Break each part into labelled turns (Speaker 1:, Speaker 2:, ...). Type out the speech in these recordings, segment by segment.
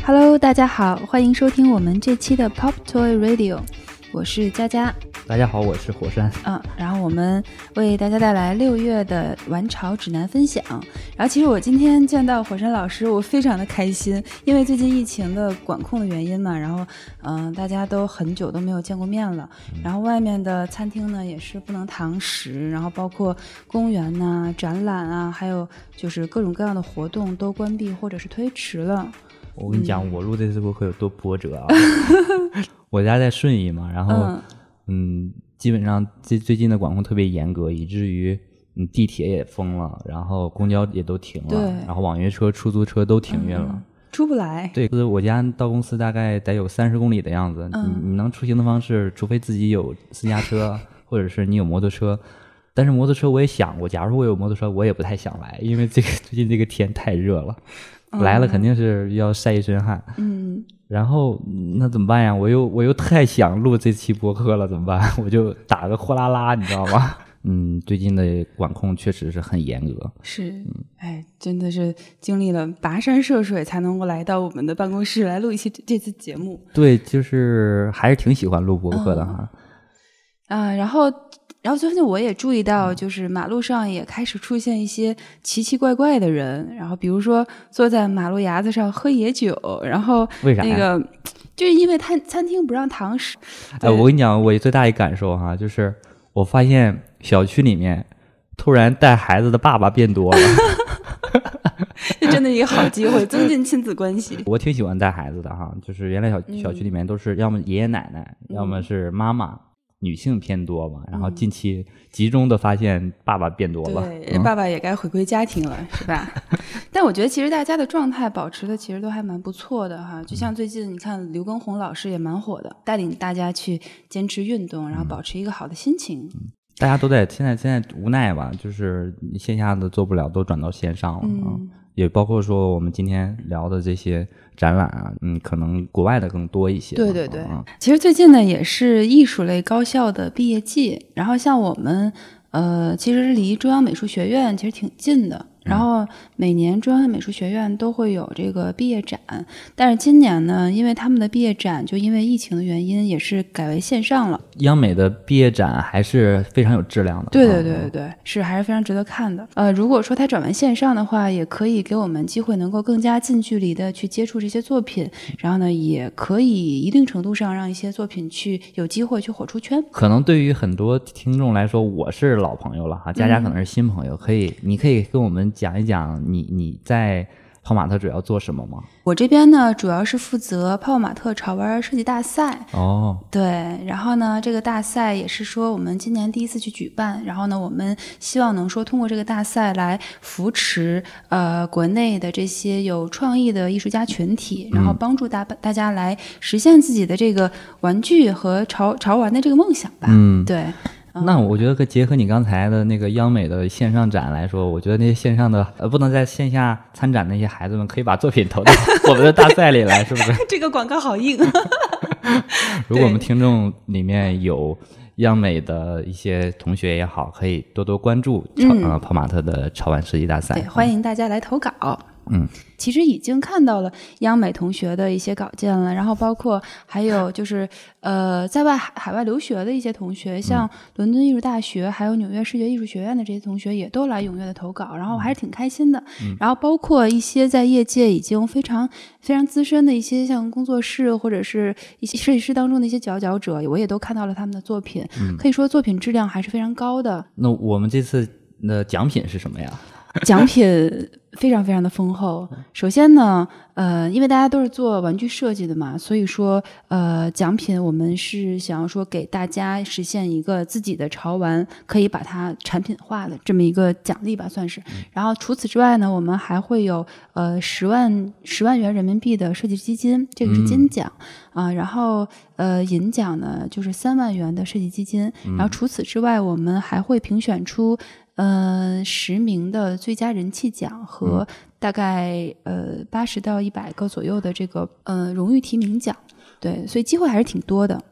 Speaker 1: Hello， 大家好，欢迎收听我们这期的 Pop Toy Radio， 我是佳佳。
Speaker 2: 大家好，我是火山。
Speaker 1: 然后我们为大家带来6月的玩潮指南分享。然后其实我今天见到火山老师，我非常的开心，因为最近疫情的管控的原因嘛，然后大家都很久都没有见过面了。然后外面的餐厅呢也是不能堂食，然后包括公园呐、展览啊，还有就是各种各样的活动都关闭或者是推迟了。
Speaker 2: 我跟你讲，我录这次播客有多波折啊！我家在顺义嘛，然后基本上最近的管控特别严格，以至于地铁也封了，然后公交也都停了，然后网约车、出租车都停运了，
Speaker 1: 出不来。
Speaker 2: 对，我家到公司大概得有30公里的样子。你能出行的方式，除非自己有私家车，或者是你有摩托车。但是摩托车我也想过，假如我有摩托车，我也不太想来，因为最近这个天太热了。来了肯定是要晒一身汗，然后那怎么办呀？我又太想录这期播客了，怎么办？我就打个货拉拉，你知道吗？最近的管控确实是很严格，
Speaker 1: 是，真的是经历了跋山涉水才能够来到我们的办公室来录一期这次节目。
Speaker 2: 对，就是还是挺喜欢录播客的哈。
Speaker 1: 然后最近我也注意到，就是马路上也开始出现一些奇奇怪怪的人，然后比如说坐在马路牙子上喝野酒，然后
Speaker 2: 为啥呀？
Speaker 1: 就是因为餐厅不让堂食。
Speaker 2: 我跟你讲，我最大一感受哈，就是我发现小区里面突然带孩子的爸爸变多了。
Speaker 1: 这真的一个好机会，增进亲子关系。
Speaker 2: 我挺喜欢带孩子的哈，就是原来小区里面都是要么爷爷奶奶，要么是妈妈。女性偏多嘛，然后近期集中的发现爸爸变多了，
Speaker 1: 对，爸爸也该回归家庭了，是吧？但我觉得其实大家的状态保持的其实都还蛮不错的哈，就像最近你看刘畊宏老师也蛮火的，带领大家去坚持运动，然后保持一个好的心情。
Speaker 2: 大家都在现在无奈吧，就是线下的做不了，都转到线上了也包括说我们今天聊的这些展览啊，可能国外的更多一些。
Speaker 1: 对，其实最近呢也是艺术类高校的毕业季，然后像我们其实离中央美术学院其实挺近的。然后每年中央美术学院都会有这个毕业展，但是今年呢，因为他们的毕业展就因为疫情的原因也是改为线上了。
Speaker 2: 央美的毕业展还是非常有质量的。
Speaker 1: 对，是还是非常值得看的。如果说它转为线上的话，也可以给我们机会能够更加近距离的去接触这些作品，然后呢，也可以一定程度上让一些作品去有机会去火出圈。
Speaker 2: 可能对于很多听众来说，我是老朋友了哈，佳佳可能是新朋友，你可以跟我们讲一讲你在泡玛特主要做什么吗？
Speaker 1: 我这边呢主要是负责泡玛特潮玩设计大赛。对，然后呢这个大赛也是说我们今年第一次去举办，然后呢我们希望能说通过这个大赛来扶持国内的这些有创意的艺术家群体，然后帮助大家来实现自己的这个玩具和潮玩的这个梦想吧。对。
Speaker 2: 那我觉得结合你刚才的那个央美的线上展来说，我觉得那些线上的不能在线下参展的那些孩子们可以把作品投到我们的大赛里来，是不是？
Speaker 1: 这个广告好硬。
Speaker 2: 如果我们听众里面有央美的一些同学也好，可以多多关注泡玛特的潮玩设计大赛。
Speaker 1: 对，欢迎大家来投稿。其实已经看到了央美同学的一些稿件了，然后包括还有就是在海外留学的一些同学，像伦敦艺术大学还有纽约视觉艺术学院的这些同学也都来踊跃的投稿，然后我还是挺开心的。然后包括一些在业界已经非常非常资深的一些像工作室或者是一些设计师当中的一些佼佼者，我也都看到了他们的作品，可以说作品质量还是非常高的。
Speaker 2: 那我们这次的奖品是什么呀？
Speaker 1: 奖品非常非常的丰厚。首先呢，因为大家都是做玩具设计的嘛，所以说奖品我们是想要说给大家实现一个自己的潮玩可以把它产品化的这么一个奖励吧，算是。然后除此之外呢，我们还会有10万元人民币的设计基金，这个是金奖然后银奖呢就是3万元的设计基金。然后除此之外，我们还会评选出10名的最佳人气奖和大概80到100个左右的这个荣誉提名奖。对，所以机会还是挺多的。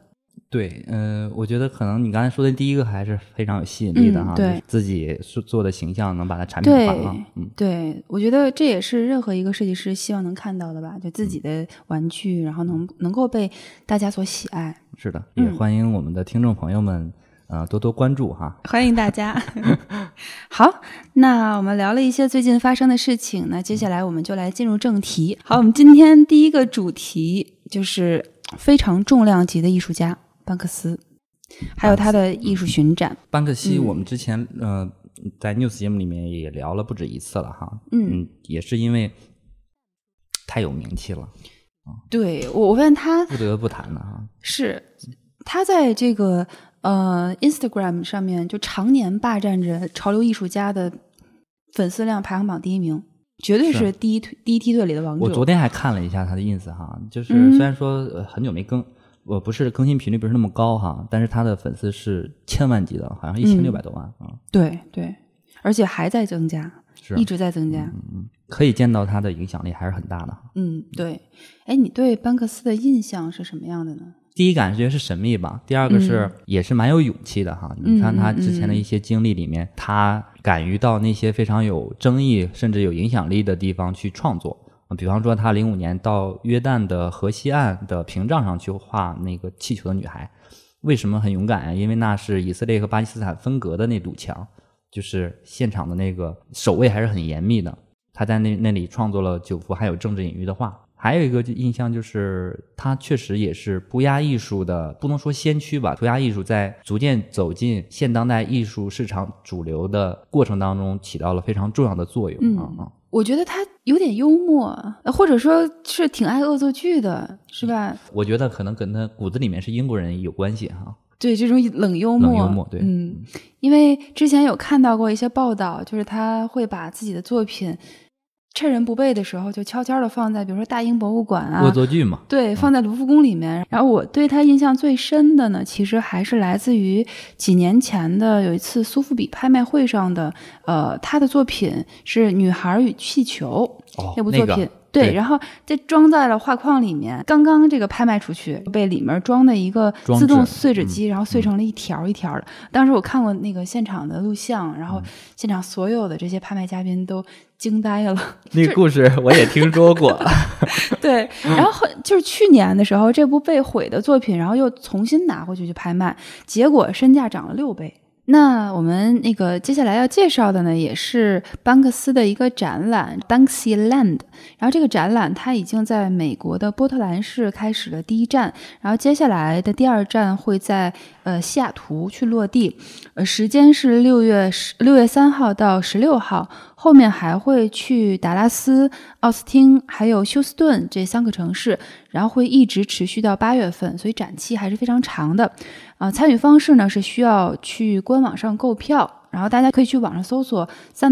Speaker 2: 对，我觉得可能你刚才说的第一个还是非常有吸引力的哈，
Speaker 1: 对，
Speaker 2: 自己做的形象能把它产品化了。
Speaker 1: 对，我觉得这也是任何一个设计师希望能看到的吧，就自己的玩具，然后能够被大家所喜爱。
Speaker 2: 是的，也欢迎我们的听众朋友们多多关注哈，
Speaker 1: 欢迎大家。好，那我们聊了一些最近发生的事情，那接下来我们就来进入正题。好，我们今天第一个主题就是非常重量级的艺术家班克斯，还有他的艺术巡展。
Speaker 2: 班克西我们之前在 news 节目里面也聊了不止一次了哈，也是因为太有名气了。
Speaker 1: 对，我问他
Speaker 2: 不得不谈的哈，
Speaker 1: 是他在这个Instagram 上面就常年霸占着潮流艺术家的粉丝量排行榜第一名，绝对是第一梯队里的王者。
Speaker 2: 我昨天还看了一下他的 ins 哈，就是虽然说很久没我不是更新频率不是那么高哈，但是他的粉丝是千万级的，好像1600多万啊。
Speaker 1: 对对，而且还在增加，一直在增加。
Speaker 2: 可以见到他的影响力还是很大的。
Speaker 1: 对。哎，你对班克斯的印象是什么样的呢？
Speaker 2: 第一感觉是神秘吧，第二个是也是蛮有勇气的哈。你看他之前的一些经历里面，他敢于到那些非常有争议甚至有影响力的地方去创作。比方说他05年到约旦的河西岸的屏障上去画那个气球的女孩，为什么很勇敢啊？因为那是以色列和巴基斯坦分隔的那堵墙，就是现场的那个守卫还是很严密的。他在那里创作了9幅含有政治隐喻的画。还有一个印象就是他确实也是涂鸦艺术的，不能说先驱吧，涂鸦艺术在逐渐走进现当代艺术市场主流的过程当中起到了非常重要的作用。
Speaker 1: 我觉得他有点幽默，或者说是挺爱恶作剧的，是吧？
Speaker 2: 我觉得可能跟他骨子里面是英国人有关系哈。
Speaker 1: 对，这种冷幽默，
Speaker 2: 对，
Speaker 1: 因为之前有看到过一些报道，就是他会把自己的作品趁人不备的时候就悄悄的放在比如说大英博物馆啊，
Speaker 2: 恶作剧嘛，
Speaker 1: 对，放在卢浮宫里面。然后我对他印象最深的呢，其实还是来自于几年前的有一次苏富比拍卖会上的他的作品是《女孩与气球》那部作品，对，然后这装在了画框里面，刚刚这个拍卖出去，被里面装的一个自动碎纸机，然后碎成了一条一条的。当时我看过那个现场的录像，然后现场所有的这些拍卖嘉宾都惊呆了。
Speaker 2: 那个故事我也听说过。
Speaker 1: 对，然后就是去年的时候，这部被毁的作品，然后又重新拿回去拍卖，结果身价涨了6倍。那我们那个接下来要介绍的呢，也是班克斯的一个展览 Banksyland。然后这个展览它已经在美国的波特兰市开始了第一站，然后接下来的第2站会在西雅图去落地，时间是6月3号到16号，后面还会去达拉斯、奥斯汀还有休斯顿这3个城市，然后会一直持续到8月份，所以展期还是非常长的。参与方式呢是需要去官网上购票，然后大家可以去网上搜索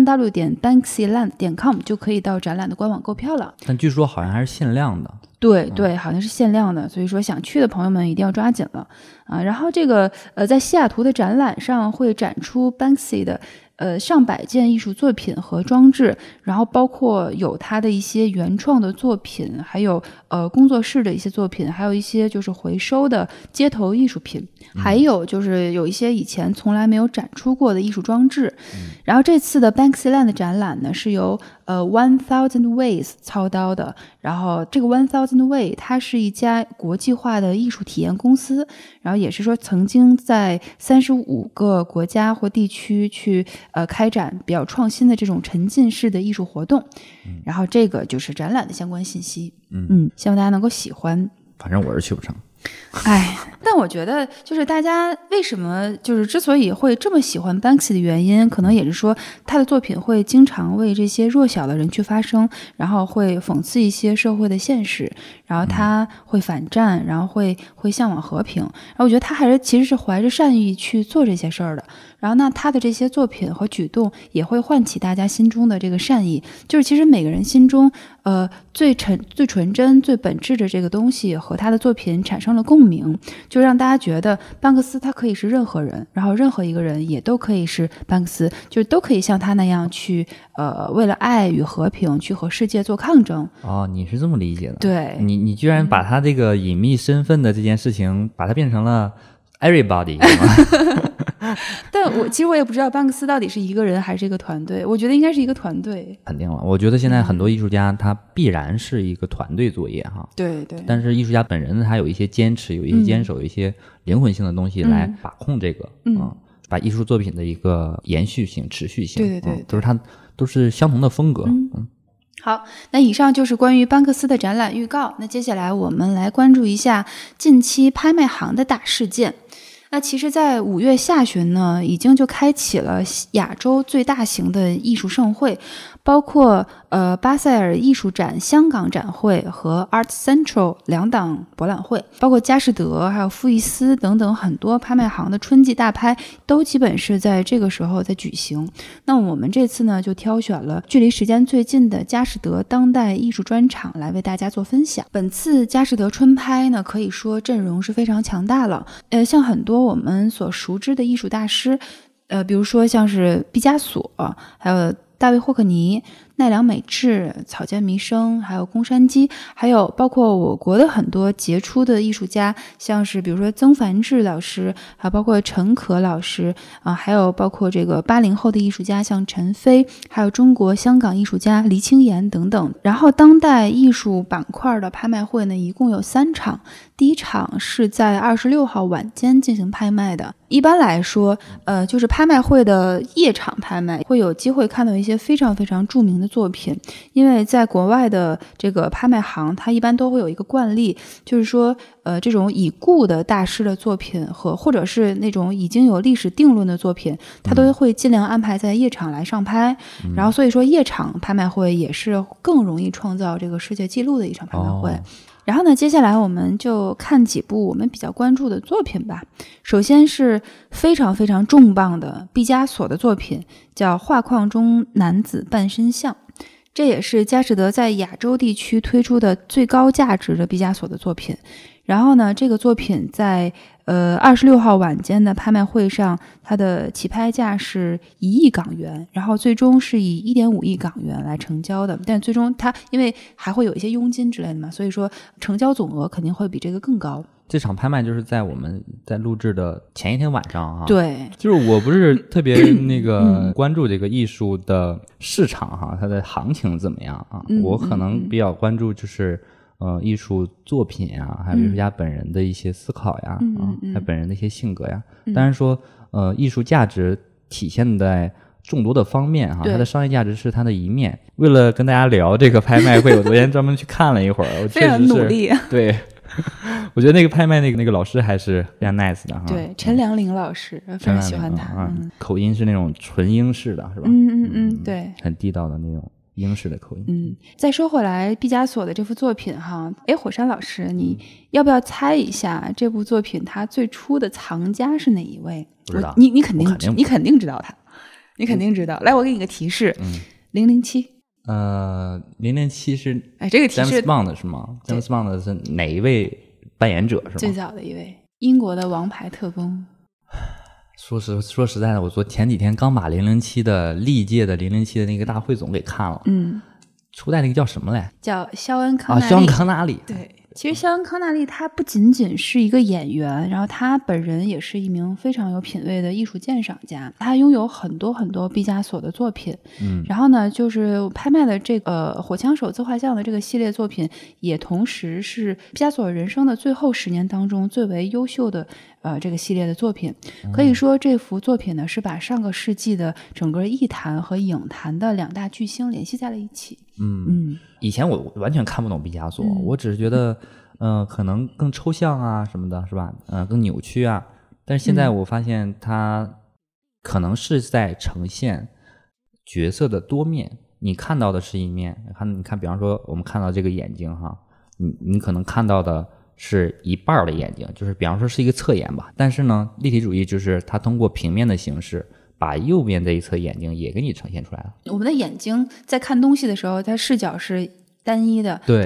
Speaker 1: 3w.banksyland.com 就可以到展览的官网购票了。
Speaker 2: 但据说好像还是限量的。
Speaker 1: 对对，好像是限量的，所以说想去的朋友们一定要抓紧了啊！然后这个在西雅图的展览上会展出 Banksy 的上百件艺术作品和装置，然后包括有他的一些原创的作品，还有工作室的一些作品，还有一些就是回收的街头艺术品，还有就是有一些以前从来没有展出过的艺术装置。然后这次的 Banksyland 的展览呢是由1000 Ways 操刀的，然后这个1000 Way 它是一家国际化的艺术体验公司，然后也是说曾经在35个国家或地区去开展比较创新的这种沉浸式的艺术活动。然后这个就是展览的相关信息。希望大家能够喜欢。
Speaker 2: 反正我是去不成。
Speaker 1: 哎，但我觉得就是大家为什么就是之所以会这么喜欢 Banksy 的原因，可能也是说他的作品会经常为这些弱小的人去发声，然后会讽刺一些社会的现实，然后他会反战，然后会向往和平。然后我觉得他还是其实是怀着善意去做这些事儿的。然后那他的这些作品和举动也会唤起大家心中的这个善意，就是其实每个人心中最纯真最本质的这个东西和他的作品产生生了共鸣，就让大家觉得班克斯他可以是任何人，然后任何一个人也都可以是班克斯，就是都可以像他那样去为了爱与和平去和世界做抗争。
Speaker 2: 哦，你是这么理解的？
Speaker 1: 对，
Speaker 2: 你居然把他这个隐秘身份的这件事情，把它变成了 everybody
Speaker 1: 但其实我也不知道班克斯到底是一个人还是一个团队，我觉得应该是一个团队。
Speaker 2: 肯定了，我觉得现在很多艺术家他必然是一个团队作业哈。
Speaker 1: 对对。
Speaker 2: 但是艺术家本人他有一些坚持，有一些坚守，有一些灵魂性的东西来把控这个，把艺术作品的一个延续性、持续性，
Speaker 1: 对对对，
Speaker 2: 都是相同的风格。
Speaker 1: 好，那以上就是关于班克斯的展览预告。那接下来我们来关注一下近期拍卖行的大事件。那其实在5月下旬呢，已经就开启了亚洲最大型的艺术盛会，包括巴塞尔艺术展香港展会和 Art Central 2档博览会，包括佳士得还有富艺斯等等很多拍卖行的春季大拍都基本是在这个时候在举行。那我们这次呢就挑选了距离时间最近的佳士得当代艺术专场来为大家做分享。本次佳士得春拍呢可以说阵容是非常强大了，像很多我们所熟知的艺术大师，比如说像是毕加索，还有大卫霍克尼、奈良美智、草间弥生，还有宫山基，还有包括我国的很多杰出的艺术家，像是比如说曾梵志老师，还有包括陈可老师还有包括这个80后的艺术家像陈飞，还有中国香港艺术家黎青岩等等。然后当代艺术板块的拍卖会呢一共有3场，第一场是在26号晚间进行拍卖的。一般来说就是拍卖会的夜场拍卖会有机会看到一些非常非常著名的作品，因为在国外的这个拍卖行它一般都会有一个惯例，就是说这种已故的大师的作品或者是那种已经有历史定论的作品，它都会尽量安排在夜场来上拍，然后所以说夜场拍卖会也是更容易创造这个世界纪录的一场拍卖会。然后呢，接下来我们就看几部我们比较关注的作品吧。首先是非常非常重磅的毕加索的作品，叫《画框中男子半身像》，这也是佳士得在亚洲地区推出的最高价值的毕加索的作品。然后呢，这个作品在26号晚间的拍卖会上，它的起拍价是1亿港元，然后最终是以1.5亿港元来成交的。但最终它因为还会有一些佣金之类的嘛，所以说成交总额肯定会比这个更高。
Speaker 2: 这场拍卖就是在我们在录制的前一天晚上哈。
Speaker 1: 对，
Speaker 2: 就是我不是特别那个关注这个艺术的市场哈，它的行情怎么样啊？我可能比较关注就是艺术作品呀，还有艺术家本人的一些思考呀，还有本人的一些性格呀。当然说艺术价值体现在众多的方面哈，它的商业价值是它的一面。为了跟大家聊这个拍卖会，我昨天专门去看了一会儿，我确实是
Speaker 1: 非常努力。
Speaker 2: 对。我觉得那个拍卖那个老师还是非常 nice 的哈。
Speaker 1: 对，陈良龄老师非常喜欢他，
Speaker 2: 口音是那种纯英式的，是吧？
Speaker 1: 对，
Speaker 2: 很地道的那种英式的口音。
Speaker 1: 再说回来，毕加索的这幅作品哈，火山老师，你要不要猜一下这部作品它最初的藏家是哪一位？
Speaker 2: 不知道，
Speaker 1: 你肯定知道他，你肯定知道。来，我给你个提示，007。
Speaker 2: 007是
Speaker 1: 这个提示
Speaker 2: James Bond 是吗？ James Bond 是哪一位扮演者是吗？
Speaker 1: 最早的一位英国的王牌特工。
Speaker 2: 说实在的，我前几天刚把007的历届的007的那个大汇总给看了。初代那个叫什么来？
Speaker 1: 叫肖恩康纳利。
Speaker 2: 肖恩康纳利。
Speaker 1: 对，其实肖恩康纳利他不仅仅是一个演员，然后他本人也是一名非常有品位的艺术鉴赏家，他拥有很多很多毕加索的作品。然后呢，就是拍卖的这个火枪手自画像的这个系列作品，也同时是毕加索人生的最后10年当中最为优秀的这个系列的作品。可以说这幅作品呢是把上个世纪的整个艺坛和影坛的2大巨星联系在了一起。
Speaker 2: 以前我完全看不懂毕加索，我只是觉得可能更抽象啊什么的，是吧？更扭曲啊。但是现在我发现他可能是在呈现角色的多面。你看到的是一面，你看比方说我们看到这个眼睛哈，你可能看到的是一半的眼睛，就是比方说是一个侧眼吧。但是呢，立体主义就是它通过平面的形式把右边这一侧眼睛也给你呈现出来了。
Speaker 1: 我们的眼睛在看东西的时候，它视角是单一的，
Speaker 2: 对，
Speaker 1: 但是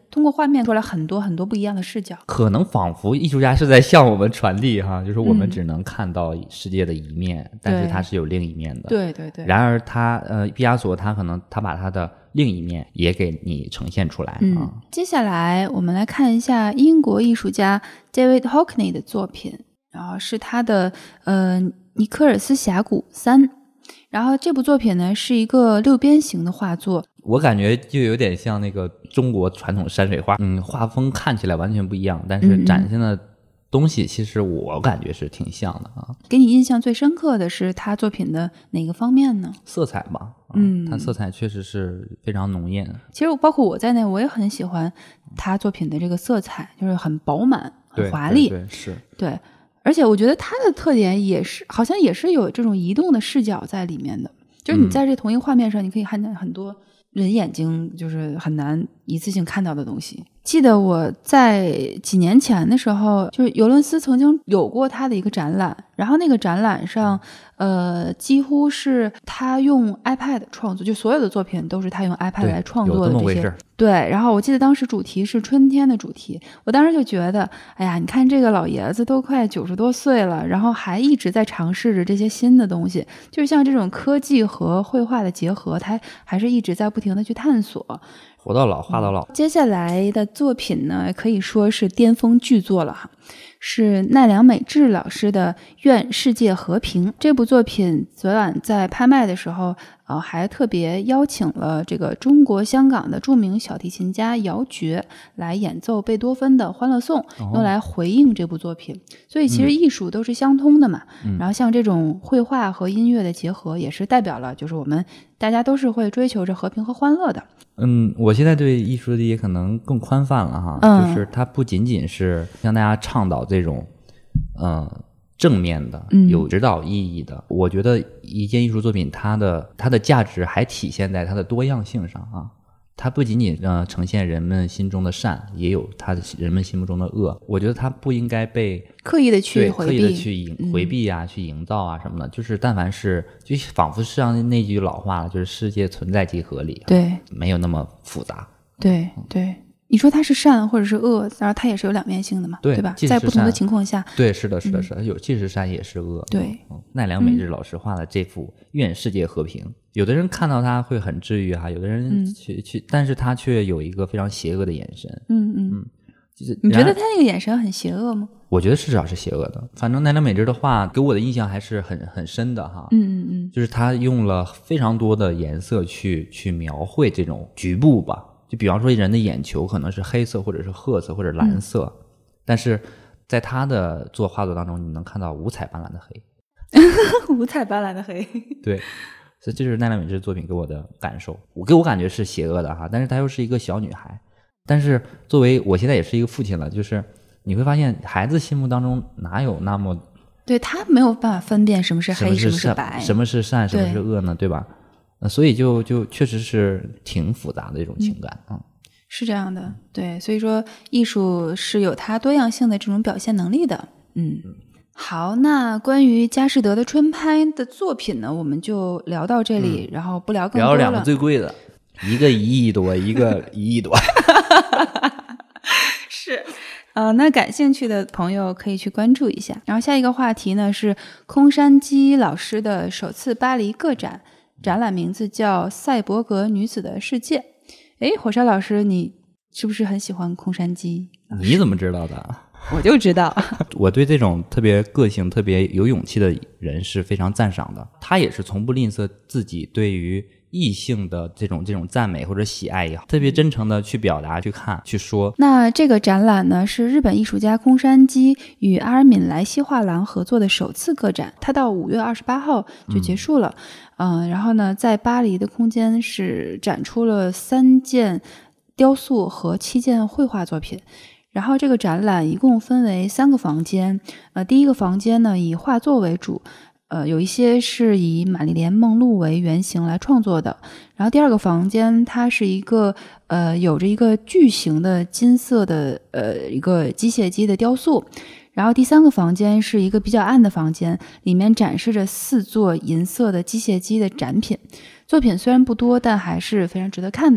Speaker 1: 通过画面出来很多很多不一样的视角，
Speaker 2: 可能仿佛艺术家是在向我们传递哈，就是我们只能看到世界的一面，但是它是有另一面的。
Speaker 1: 对对对。
Speaker 2: 然而毕加索他可能他把他的另一面也给你呈现出来啊。
Speaker 1: 接下来我们来看一下英国艺术家 David Hockney 的作品，然后是他的尼科尔斯峡谷3，然后这部作品呢是一个6边形的画作，
Speaker 2: 我感觉就有点像那个中国传统山水画，画风看起来完全不一样，但是展现的东西其实我感觉是挺像的啊。
Speaker 1: 给你印象最深刻的是他作品的哪个方面呢？
Speaker 2: 色彩吧，他色彩确实是非常浓艳。
Speaker 1: 其实包括我在内，我也很喜欢他作品的这个色彩，就是很饱满、很华丽。
Speaker 2: 对，是。
Speaker 1: 对，而且我觉得他的特点也是，好像也是有这种移动的视角在里面的，就是你在这同一画面上，你可以看见很多人眼睛就是很难一次性看到的东西。记得我在几年前的时候，就是尤伦斯曾经有过他的一个展览，然后那个展览上几乎是他用 iPad 创作，就所有的作品都是他用 iPad 来创作的这些。对，然后我记得当时主题是春天的主题，我当时就觉得，哎呀，你看这个老爷子都快90多岁了，然后还一直在尝试着这些新的东西，就是像这种科技和绘画的结合，他还是一直在不停的去探索。
Speaker 2: 活到老画到老。
Speaker 1: 接下来的作品呢，可以说是巅峰巨作了哈，是奈良美智老师的《愿世界和平》。这部作品昨晚在拍卖的时候还特别邀请了这个中国香港的著名小提琴家姚觉来演奏贝多芬的《欢乐颂》，用来回应这部作品。所以其实艺术都是相通的嘛，然后像这种绘画和音乐的结合，也是代表了就是我们大家都是会追求着和平和欢乐的。
Speaker 2: 我现在对艺术的理解可能更宽泛了哈，就是它不仅仅是向大家倡导这种正面的有指导意义的，我觉得一件艺术作品它的价值还体现在它的多样性上啊。它不仅仅呈现人们心中的善，也有人们心目中的恶。我觉得它不应该被
Speaker 1: 刻意的去回避，
Speaker 2: 刻意的去回避啊，去营造啊什么的。就是但凡是就仿佛是像那句老话了，就是世界存在即合理，
Speaker 1: 对，
Speaker 2: 没有那么复杂。
Speaker 1: 对对。你说它是善或者是恶，然后它也是有两面性的嘛， 对吧？在不同的情况下，
Speaker 2: 对，是的，有既是善也是恶。
Speaker 1: 对，
Speaker 2: 奈良美智老师画的这幅《愿世界和平》，有的人看到它会很治愈哈，有的人但是他却有一个非常邪恶的眼神。
Speaker 1: 你觉得他那个眼神很邪恶吗？
Speaker 2: 我觉得至少是邪恶的。反正奈良美智的画给我的印象还是很深的哈。就是他用了非常多的颜色去描绘这种局部吧。就比方说人的眼球可能是黑色或者是褐色或者蓝色，但是在他的画作当中你能看到五彩斑斓的黑。
Speaker 1: 五彩斑斓的黑。
Speaker 2: 对，所以这就是奈良美智作品给我的感受。给我感觉是邪恶的哈，但是她又是一个小女孩。但是作为我现在也是一个父亲了，就是你会发现孩子心目当中哪有那么
Speaker 1: 对他没有办法分辨什么是黑什么是白，
Speaker 2: 什么是善什么是恶呢，对吧？所以就确实是挺复杂的一种情感
Speaker 1: 是这样的。对，所以说艺术是有它多样性的这种表现能力的。好，那关于佳士得的春拍的作品呢，我们就聊到这里，然后不聊更多了。
Speaker 2: 聊两个最贵的，一个1亿多，一个1亿多。
Speaker 1: 是那感兴趣的朋友可以去关注一下。然后下一个话题呢是空山鸡老师的首次巴黎个展，展览名字叫《赛博格女子的世界》。火山老师，你是不是很喜欢空山鸡？
Speaker 2: 你怎么知道的？
Speaker 1: 我就知道。
Speaker 2: 我对这种特别个性特别有勇气的人是非常赞赏的。他也是从不吝啬自己对于异性的这种赞美或者喜爱也好，特别真诚的去表达去看去说。
Speaker 1: 那这个展览呢是日本艺术家空山鸡与阿尔敏莱西画廊合作的首次个展，它到5月28号就结束了。然后呢在巴黎的空间是展出了3件雕塑和7件绘画作品。然后这个展览一共分为3个房间，第一个房间呢以画作为主，有一些是以玛丽莲梦露为原型来创作的。然后第二个房间它是一个有着一个巨型的金色的一个机械姬的雕塑。然后第3个房间是一个比较暗的房间，里面展示着4座银色的机械姬的展品。作品虽然不多，但还是非常值得看的。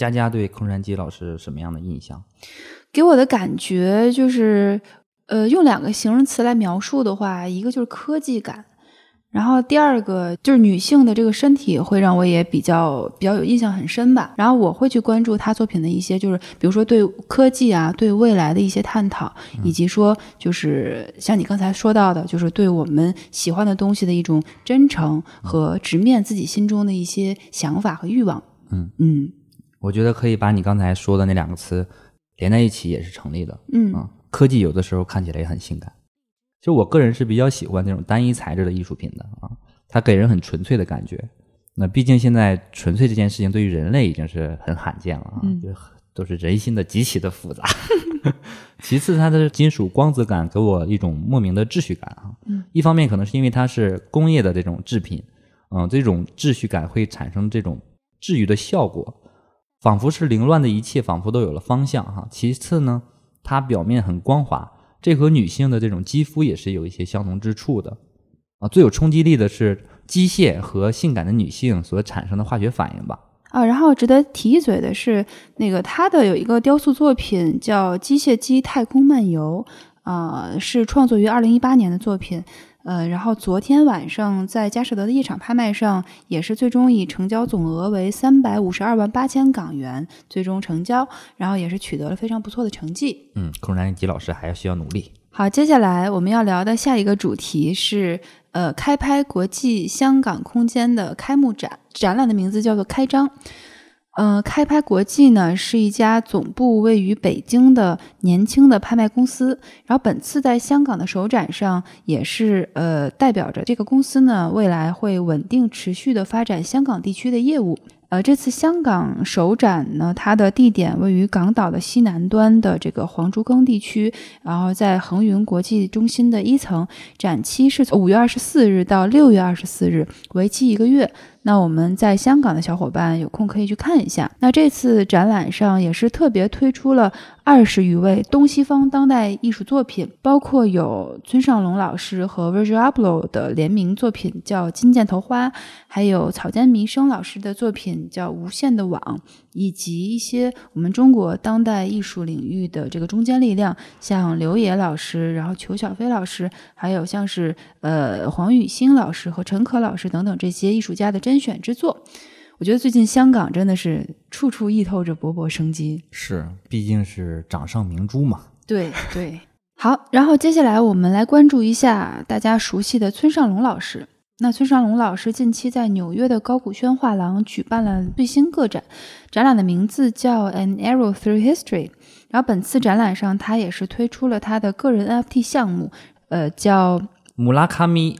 Speaker 2: 佳佳对空山鸡老师什么样的印象？
Speaker 1: 给我的感觉就是用2个形容词来描述的话，一个就是科技感，然后第二个就是女性的这个身体会让我也比较有印象很深吧。然后我会去关注她作品的一些就是比如说对科技啊对未来的一些探讨，以及说就是像你刚才说到的就是对我们喜欢的东西的一种真诚和直面自己心中的一些想法和欲望。
Speaker 2: 我觉得可以把你刚才说的那2个词连在一起也是成立的。科技有的时候看起来也很性感，就我个人是比较喜欢那种单一材质的艺术品的啊，它给人很纯粹的感觉。那毕竟现在纯粹这件事情对于人类已经是很罕见了啊，就都是人心的极其的复杂。其次它的金属光泽感给我一种莫名的秩序感啊，一方面可能是因为它是工业的这种制品，这种秩序感会产生这种治愈的效果，仿佛是凌乱的一切仿佛都有了方向哈。其次呢，它表面很光滑，这和女性的这种肌肤也是有一些相同之处的啊。最有冲击力的是机械和性感的女性所产生的化学反应吧。
Speaker 1: 然后值得提一嘴的是，那个他的有一个雕塑作品叫《机械姬太空漫游》，是创作于2018年的作品。然后昨天晚上在佳士得的夜场拍卖上，也是最终以成交总额为352万8千港元最终成交，然后也是取得了非常不错的成绩。
Speaker 2: 空山鸡老师还需要努力。
Speaker 1: 好，接下来我们要聊的下一个主题是开拍国际香港空间的开幕展，展览的名字叫做开张。开拍国际呢是一家总部位于北京的年轻的拍卖公司，然后本次在香港的首展上也是代表着这个公司呢未来会稳定持续的发展香港地区的业务。这次香港首展呢，它的地点位于港岛的西南端的这个黄竹坑地区，然后在恒云国际中心的1层，展期是从5月24日到6月24日，为期1个月。那我们在香港的小伙伴有空可以去看一下。那这次展览上也是特别推出了20余位东西方当代艺术作品，包括有村上隆老师和 Virgil Abloh 的联名作品叫《金箭头花》，还有草间弥生老师的作品叫《无限的网》，以及一些我们中国当代艺术领域的这个中坚力量，像刘野老师，然后裘小飞老师，还有像是黄宇兴老师和陈可老师等等这些艺术家的甄选之作。我觉得最近香港真的是处处溢透着勃勃生机，
Speaker 2: 是，毕竟是掌上明珠嘛。
Speaker 1: 对对。好，然后接下来我们来关注一下大家熟悉的村上隆老师。那村上隆老师近期在纽约的高古轩画廊举办了最新个展，展览的名字叫 An Arrow Through History。然后本次展览上，他也是推出了他的个人 NFT 项目，叫
Speaker 2: Murakami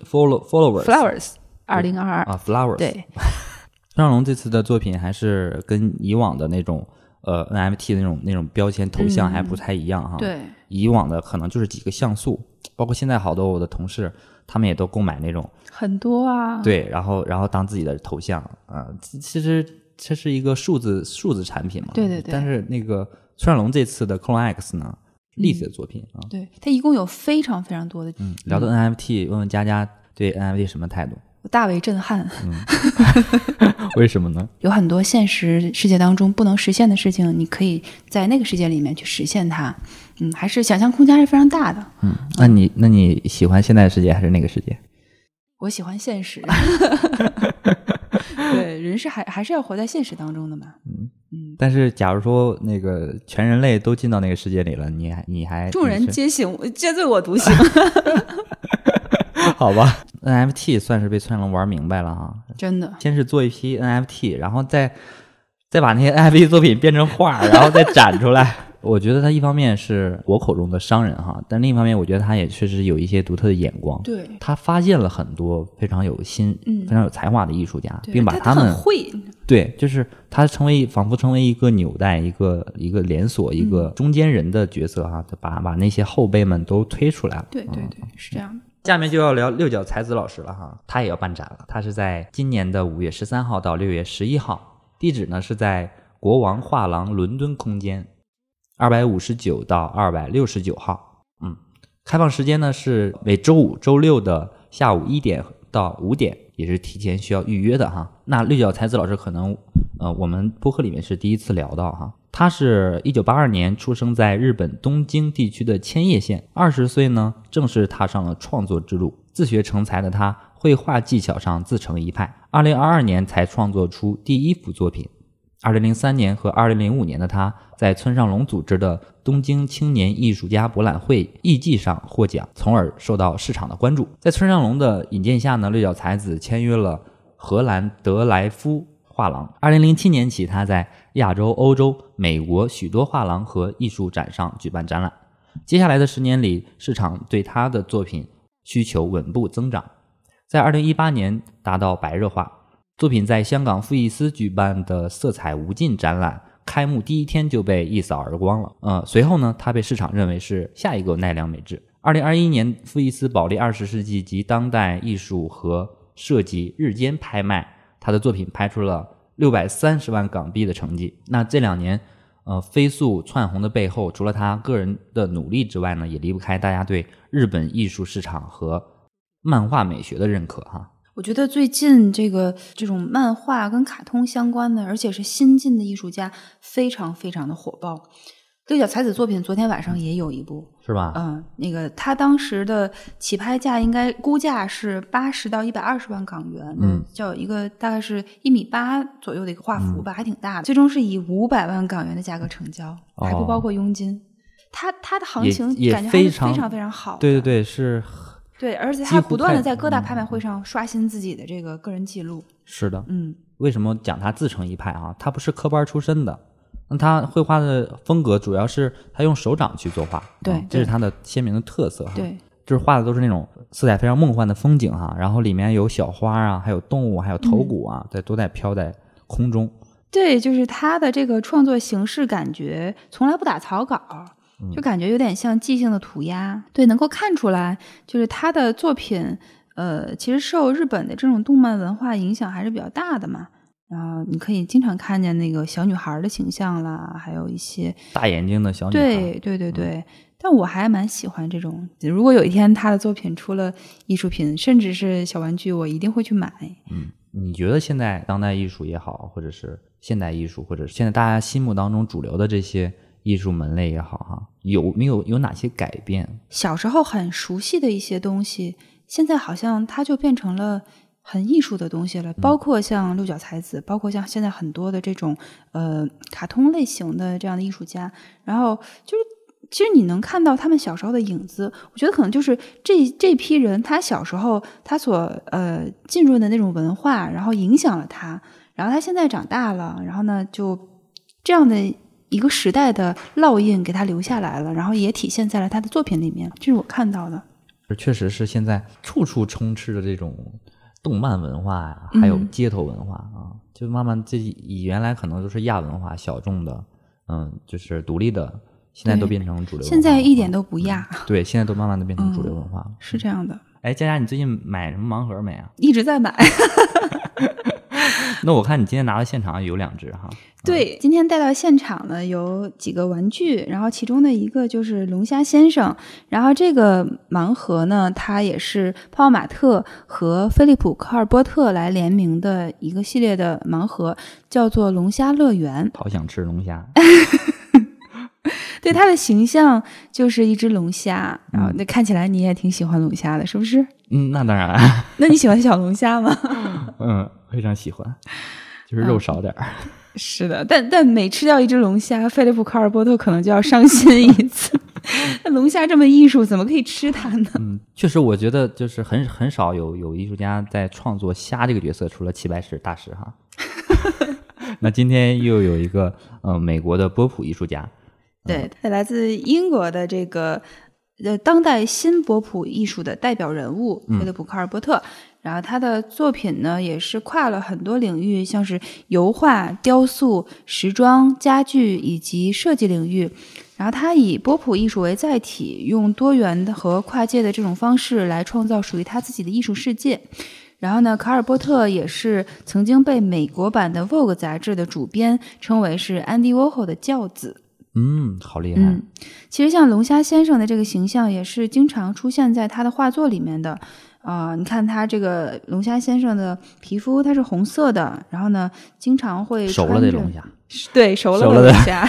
Speaker 2: Flowers
Speaker 1: 2022
Speaker 2: Flowers。
Speaker 1: 对。
Speaker 2: 村上隆这次的作品还是跟以往的那种NFT 的那种标签头像还不太一样哈。
Speaker 1: 对，
Speaker 2: 以往的可能就是几个像素，包括现在好多我的同事他们也都购买那种
Speaker 1: 很多啊。
Speaker 2: 对，然后当自己的头像啊，其实这是一个数字产品嘛。
Speaker 1: 对对对。
Speaker 2: 但是那个村上隆这次的 Clone X 呢，立体的作品啊。
Speaker 1: 对，它一共有非常非常多的。
Speaker 2: 聊到 NFT， 问问佳佳对 NFT 什么态度？
Speaker 1: 我大为震撼。
Speaker 2: 为什么呢？
Speaker 1: 有很多现实世界当中不能实现的事情，你可以在那个世界里面去实现它。还是想象空间还是非常大的。
Speaker 2: 那你喜欢现在的世界还是那个世界？
Speaker 1: 我喜欢现实。对，人是还是要活在现实当中的嘛。
Speaker 2: 但是假如说那个全人类都进到那个世界里了，你还
Speaker 1: 众人皆醒，皆醉我独醒。
Speaker 2: 好吧。NFT 算是被村上隆玩明白了哈，
Speaker 1: 真的。
Speaker 2: 先是做一批 NFT， 然后再把那些 NFT 作品变成画，然后再展出来。我觉得他一方面是我口中的商人哈，但另一方面我觉得他也确实有一些独特的眼光。
Speaker 1: 对，
Speaker 2: 他发现了很多非常有非常有才华的艺术家，并把
Speaker 1: 他
Speaker 2: 们
Speaker 1: 很会。
Speaker 2: 对，就是他仿佛成为一个纽带，一个连锁，一个中间人的角色哈，把那些后辈们都推出来了。
Speaker 1: 对对对，是这样的。
Speaker 2: 下面就要聊六角才子老师了哈，他也要办展了。他是在今年的5月13号到6月11号，地址呢是在国王画廊伦敦空间259到269号。开放时间呢是每周5、周6的下午1点到5点，也是提前需要预约的哈。那六角才子老师可能我们播客里面是第一次聊到哈。他是1982年出生在日本东京地区的千叶县，20岁呢正式踏上了创作之路。自学成才的他，绘画技巧上自成一派。2022年才创作出第1幅作品。2003年和2005年的他，在村上隆组织的东京青年艺术家博览会艺伎上获奖，从而受到市场的关注。在村上隆的引荐下呢，六角才子签约了荷兰德莱夫画廊。2007年起，他在亚洲、欧洲、美国许多画廊和艺术展上举办展览。接下来的10年里，市场对他的作品需求稳步增长，在2018年达到白热化。作品在香港富艺斯举办的色彩无尽展览开幕第1天就被一扫而光了。随后呢，他被市场认为是下一个奈良美智。2021年，富艺斯保利20世纪及当代艺术和设计日间拍卖，他的作品拍出了630万港币的成绩。那这2年飞速窜红的背后，除了他个人的努力之外呢，也离不开大家对日本艺术市场和漫画美学的认可哈。
Speaker 1: 我觉得最近这种漫画跟卡通相关的，而且是新晋的艺术家，非常非常的火爆。六角才子作品昨天晚上也有一部，
Speaker 2: 是吧？
Speaker 1: 他当时的起拍价应该估价是80到120万港元，叫一个大概是1.8米左右的一个画幅吧，还挺大的。最终是以500万港元的价格成交，还不包括佣金。他的行情感觉还是非常非常好的。
Speaker 2: 对对对，是。
Speaker 1: 对，而且他不断的在各大拍卖会上刷新自己的这个个人记录。
Speaker 2: 是的，为什么讲他自成一派啊？他不是科班出身的，那他绘画的风格主要是他用手掌去作画，
Speaker 1: 对，
Speaker 2: 这是他的鲜明的特色哈。
Speaker 1: 对，
Speaker 2: 就是画的都是那种色彩非常梦幻的风景哈，然后里面有小花啊，还有动物，还有头骨啊，都在飘在空中。
Speaker 1: 对，就是他的这个创作形式感觉从来不打草稿。就感觉有点像即兴的涂鸦。对，能够看出来就是他的作品其实受日本的这种动漫文化影响还是比较大的嘛。然后你可以经常看见那个小女孩的形象啦，还有一些
Speaker 2: 大眼睛的小女孩。
Speaker 1: 对对对对，但我还蛮喜欢这种，如果有一天他的作品出了艺术品，甚至是小玩具，我一定会去买。
Speaker 2: 你觉得现在当代艺术也好，或者是现代艺术，或者是现在大家心目当中主流的这些艺术门类也好哈，有哪些改变？小
Speaker 1: 时候很熟悉的一些东西，现在好像它就变成了很艺术的东西了，包括像六角才子，包括像现在很多的这种卡通类型的这样的艺术家，然后就是其实你能看到他们小时候的影子。我觉得可能就是这批人他小时候他所浸润的那种文化，然后影响了他，然后他现在长大了，然后呢就这样的一个时代的烙印给他留下来了，然后也体现在了他的作品里面，这是我看到的。
Speaker 2: 确实是现在处处充斥着这种动漫文化呀，还有街头文化啊，就慢慢这以原来可能都是亚文化小众的，就是独立的，现在都变成主流文化。现在
Speaker 1: 一点都不亚。
Speaker 2: 对，现在都慢慢的变成主流文化了。
Speaker 1: 是这样的。
Speaker 2: 哎，佳佳，你最近买什么盲盒没啊？
Speaker 1: 一直在买。
Speaker 2: 那我看你今天拿到现场有2只哈。
Speaker 1: 对，今天带到现场呢有几个玩具，然后其中的一个就是龙虾先生，然后这个盲盒呢，它也是泡泡玛特和飞利浦科尔波特来联名的一个系列的盲盒，叫做龙虾乐园。
Speaker 2: 好想吃龙虾。
Speaker 1: 对，它的形象就是一只龙虾，然后那看起来你也挺喜欢龙虾的，是不是？
Speaker 2: 那当然。
Speaker 1: 那你喜欢小龙虾吗？
Speaker 2: 非常喜欢，就是肉少点儿。
Speaker 1: 是的，但每吃掉一只龙虾，菲利普科尔波特可能就要伤心一次。那龙虾这么艺术，怎么可以吃它呢？
Speaker 2: 确实，我觉得就是很少有艺术家在创作虾这个角色，除了齐白石大师哈。那今天又有一个美国的波普艺术家，
Speaker 1: 对，他来自英国的这个当代新波普艺术的代表人物菲利普科尔波特。然后他的作品呢也是跨了很多领域，像是油画、雕塑、时装、家具以及设计领域。然后他以波普艺术为载体，用多元的和跨界的这种方式来创造属于他自己的艺术世界。然后呢，卡尔波特也是曾经被美国版的 Vogue 杂志的主编称为是安迪沃霍的教子。
Speaker 2: 好厉害。
Speaker 1: 其实像龙虾先生的这个形象也是经常出现在他的画作里面的。 你看他这个龙虾先生的皮肤它是红色的，然后呢经常会
Speaker 2: 熟了的龙虾，
Speaker 1: 对，熟了的龙虾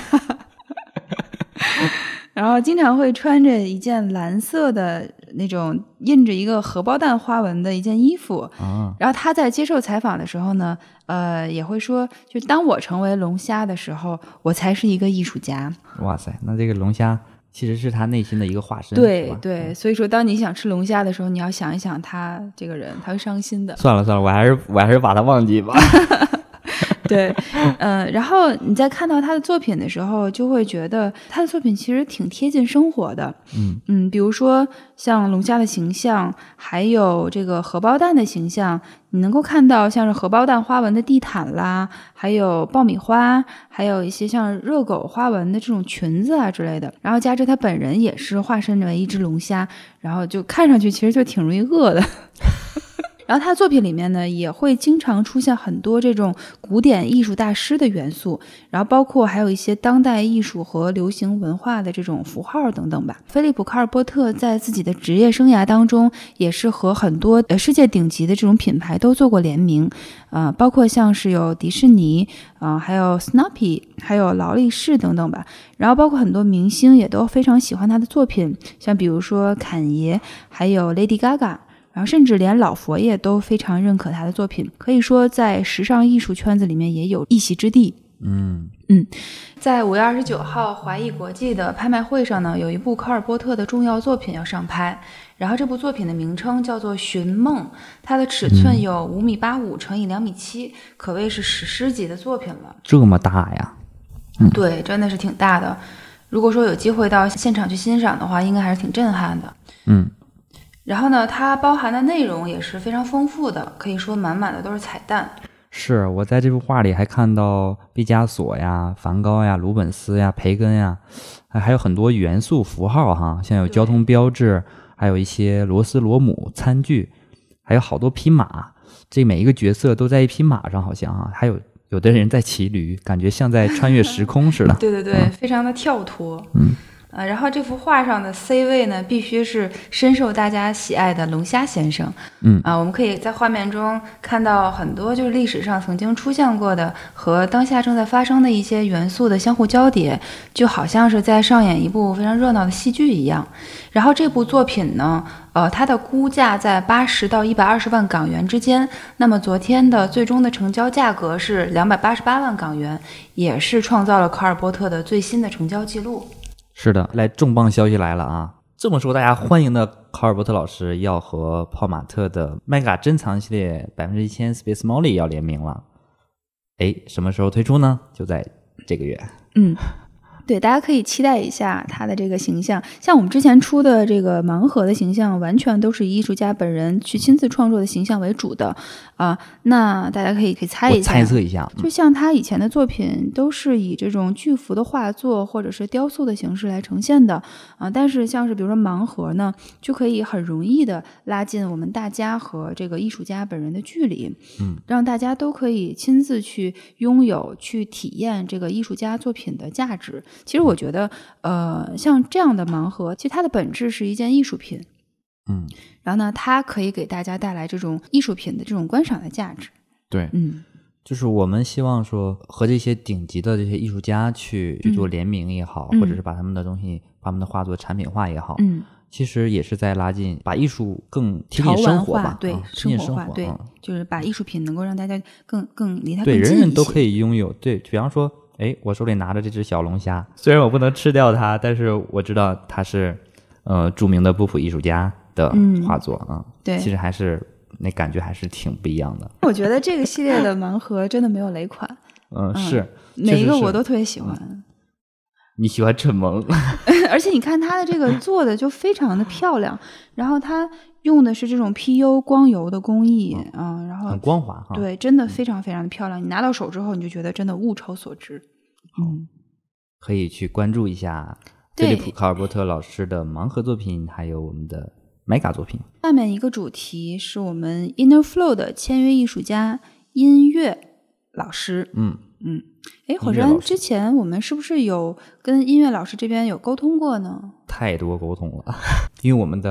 Speaker 1: 然后经常会穿着一件蓝色的那种印着一个荷包蛋花纹的一件衣服然后他在接受采访的时候呢也会说，就当我成为龙虾的时候，我才是一个艺术家。
Speaker 2: 哇塞，那这个龙虾其实是他内心的一个化身。
Speaker 1: 对对，所以说当你想吃龙虾的时候，你要想一想他这个人，他会伤心的。
Speaker 2: 算了，我还是把他忘记吧
Speaker 1: 对，然后你在看到他的作品的时候，就会觉得他的作品其实挺贴近生活的。比如说像龙虾的形象，还有这个荷包蛋的形象，你能够看到像是荷包蛋花纹的地毯啦，还有爆米花，还有一些像热狗花纹的这种裙子啊之类的。然后加之他本人也是化身为一只龙虾，然后就看上去其实就挺容易饿的。然后他作品里面呢，也会经常出现很多这种古典艺术大师的元素，然后包括还有一些当代艺术和流行文化的这种符号等等吧。菲利普·卡尔波特在自己的职业生涯当中，也是和很多世界顶级的这种品牌都做过联名，包括像是有迪士尼还有 Snoopy， 还有劳力士等等吧。然后包括很多明星也都非常喜欢他的作品，像比如说侃爷，还有 Lady Gaga。然后甚至连老佛爷都非常认可他的作品，可以说在时尚艺术圈子里面也有一席之地。在5月29号华艺国际的拍卖会上呢，有一部卡尔波特的重要作品要上拍，然后这部作品的名称叫做《寻梦》，它的尺寸有5.85米乘以2.7米，可谓是史诗级的作品了。
Speaker 2: 这么大呀？
Speaker 1: 对，真的是挺大的。如果说有机会到现场去欣赏的话，应该还是挺震撼的。然后呢，它包含的内容也是非常丰富的，可以说满满的都是彩蛋。
Speaker 2: 是，我在这幅画里还看到毕加索呀、梵高呀、鲁本斯呀、培根呀，还有很多元素符号哈，像有交通标志，还有一些螺丝螺母餐具，还有好多匹马，这每一个角色都在一匹马上，好像还有的人在骑驴，感觉像在穿越时空似的。
Speaker 1: 对对对，非常的跳脱。然后这幅画上的 C 位呢，必须是深受大家喜爱的龙虾先生。我们可以在画面中看到很多就是历史上曾经出现过的和当下正在发生的一些元素的相互交叠，就好像是在上演一部非常热闹的戏剧一样。然后这部作品呢，它的估价在80到120万港元之间。那么昨天的最终的成交价格是288万港元，也是创造了卡尔波特的最新的成交记录。
Speaker 2: 是的，来重磅消息来了啊！这么说大家欢迎的卡尔波特老师要和泡玛特的 Mega 珍藏系列100%Space Molly 要联名了。什么时候推出呢？就在这个月。
Speaker 1: 对，大家可以期待一下他的这个形象。像我们之前出的这个盲盒的形象，完全都是以艺术家本人去亲自创作的形象为主的那大家可以猜一下，
Speaker 2: 猜测一下，
Speaker 1: 就像他以前的作品都是以这种巨幅的画作或者是雕塑的形式来呈现的但是像是比如说盲盒呢，就可以很容易的拉近我们大家和这个艺术家本人的距离，让大家都可以亲自去拥有、去体验这个艺术家作品的价值。其实我觉得像这样的盲盒，其实它的本质是一件艺术品。然后呢，它可以给大家带来这种艺术品的这种观赏的价值。
Speaker 2: 对，就是我们希望说和这些顶级的这些艺术家去做联名也好，或者是把他们的东西、把他们的画作产品化也好，其实也是在拉近，把艺术更贴近生活吧，
Speaker 1: 对，
Speaker 2: 生活
Speaker 1: 化，对，就是把艺术品能够让大家更离它更近一些，
Speaker 2: 对，人人都可以拥有。对，比方说，我手里拿着这只小龙虾，虽然我不能吃掉它，但是我知道它是著名的波普艺术家的画作
Speaker 1: 对，
Speaker 2: 其实还是那感觉还是挺不一样的。
Speaker 1: 我觉得这个系列的盲盒真的没有雷款。
Speaker 2: 是
Speaker 1: 每一个我都特别喜欢。
Speaker 2: 你喜欢蠢萌
Speaker 1: 而且你看它的这个做的就非常的漂亮，然后它用的是这种 PU 光油的工艺然后
Speaker 2: 很光滑
Speaker 1: 对，真的非常非常的漂亮。你拿到手之后，你就觉得真的物超所值。
Speaker 2: 可以去关注一下菲利普·卡尔波特老师的盲盒作品，还有我们的 Mega 作品。
Speaker 1: 下面一个主题是我们 Inner Flow 的签约艺术家音乐老师。火山，之前我们是不是有跟音乐老师这边有沟通过呢？
Speaker 2: 太多沟通了，因为我们的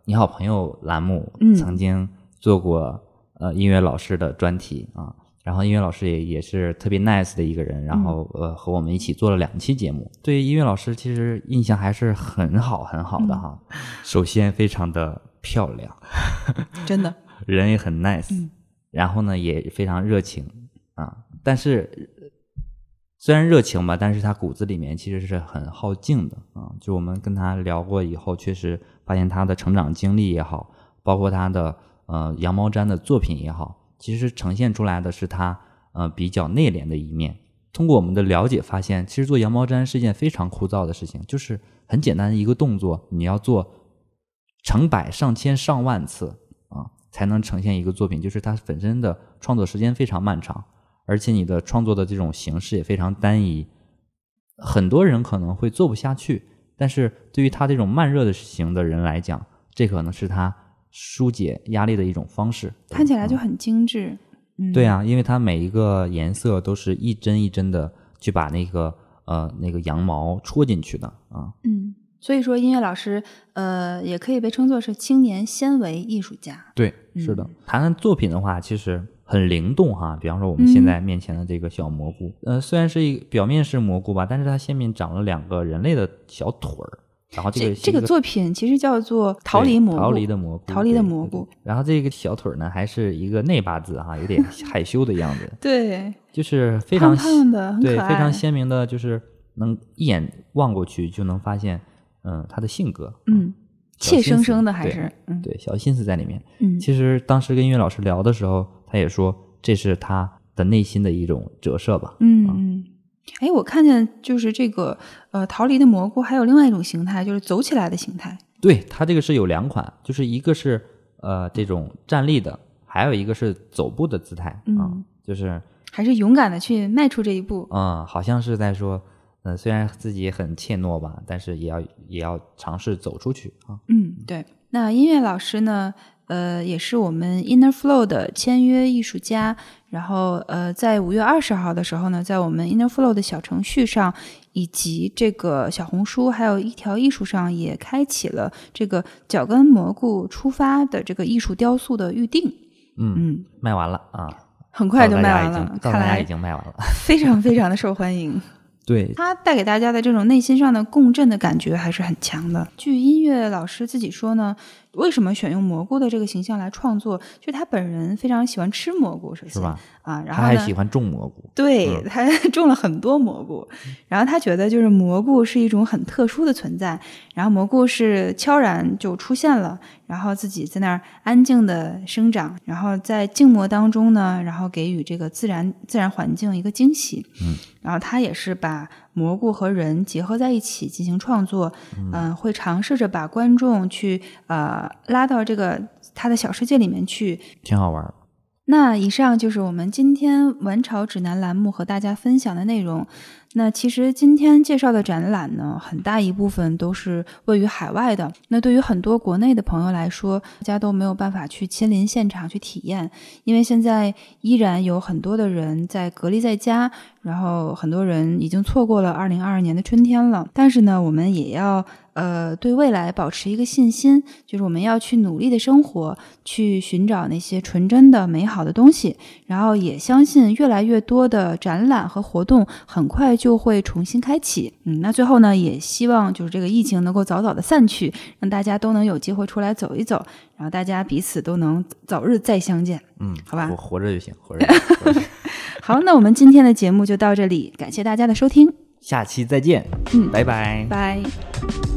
Speaker 2: 你好朋友栏目曾经做过音乐老师的专题啊，然后音乐老师也是特别 nice 的一个人，然后和我们一起做了2期节目。对音乐老师其实印象还是很好很好的哈。首先非常的漂亮，
Speaker 1: 真的，
Speaker 2: 人也很 nice，然后呢也非常热情啊。但是虽然热情吧，但是他骨子里面其实是很好静的啊。就我们跟他聊过以后，确实发现他的成长经历也好，包括他的羊毛毡的作品也好，其实呈现出来的是他比较内敛的一面。通过我们的了解发现，其实做羊毛毡是一件非常枯燥的事情，就是很简单的一个动作，你要做成百上千上万次啊，才能呈现一个作品，就是它本身的创作时间非常漫长，而且你的创作的这种形式也非常单一，很多人可能会做不下去，但是对于他这种慢热的型的人来讲，这可能是他疏解压力的一种方式，
Speaker 1: 看起来就很精致。
Speaker 2: 对啊，因为它每一个颜色都是一针一针的去把那个羊毛戳进去的啊。
Speaker 1: 所以说音乐老师也可以被称作是青年纤维艺术家。
Speaker 2: 对，是的。谈谈作品的话，其实很灵动哈。比方说我们现在面前的这个小蘑菇，虽然是表面是蘑菇吧，但是它下面长了2个人类的小腿儿。然后这
Speaker 1: 个作品其实叫做逃离蘑菇，逃离的蘑菇。
Speaker 2: 然后这个小腿呢，还是一个内八字哈，有点害羞的样子。
Speaker 1: 对，
Speaker 2: 就是非常
Speaker 1: 胖胖的，很可爱，
Speaker 2: 对，非常鲜明的，就是能一眼望过去就能发现，他的性格，
Speaker 1: 怯生生的还是
Speaker 2: 对小心思在里面。其实当时跟音乐老师聊的时候，他也说这是他的内心的一种折射吧。
Speaker 1: 我看见就是这个逃离的蘑菇还有另外一种形态，就是走起来的形态。
Speaker 2: 对，它这个是有2款，就是一个是这种站立的，还有一个是走步的姿态就是
Speaker 1: 还是勇敢的去迈出这一步。
Speaker 2: 好像是在说虽然自己很怯懦吧，但是也要尝试走出去啊。
Speaker 1: 对。那音乐老师呢也是我们 Inner Flow 的签约艺术家，然后在5月20号的时候呢，在我们 Inner Flow 的小程序上以及这个小红书还有一条艺术上也开启了这个脚跟蘑菇出发的这个艺术雕塑的预定。
Speaker 2: 卖完了啊，
Speaker 1: 很快就卖完了，
Speaker 2: 看来已经卖完了，
Speaker 1: 非常非常的受欢迎。
Speaker 2: 对，
Speaker 1: 它带给大家的这种内心上的共振的感觉还是很强的。据音乐老师自己说呢，为什么选用蘑菇的这个形象来创作，就他本人非常喜欢吃蘑菇，首先
Speaker 2: 是吧？
Speaker 1: 然后
Speaker 2: 他还喜欢种蘑菇，
Speaker 1: 对，他种了很多蘑菇，然后他觉得就是蘑菇是一种很特殊的存在，然后蘑菇是悄然就出现了，然后自己在那儿安静的生长，然后在静默当中呢，然后给予这个自然环境一个惊喜。然后他也是把蘑菇和人结合在一起进行创作，会尝试着把观众去拉到这个他的小世界里面去，
Speaker 2: 挺好玩。
Speaker 1: 那以上就是我们今天玩潮指南栏目和大家分享的内容。那其实今天介绍的展览呢，很大一部分都是位于海外的。那对于很多国内的朋友来说，大家都没有办法去亲临现场去体验，因为现在依然有很多的人在隔离在家，然后很多人已经错过了2022年的春天了。但是呢，我们也要对未来保持一个信心，就是我们要去努力的生活，去寻找那些纯真的美好的东西，然后也相信越来越多的展览和活动很快就会重新开启。那最后呢，也希望就是这个疫情能够早早的散去，让大家都能有机会出来走一走，然后大家彼此都能早日再相见。好吧，
Speaker 2: 活着就行，活着就行。
Speaker 1: 好，那我们今天的节目就到这里，感谢大家的收听，
Speaker 2: 下期再见。拜拜。
Speaker 1: 拜。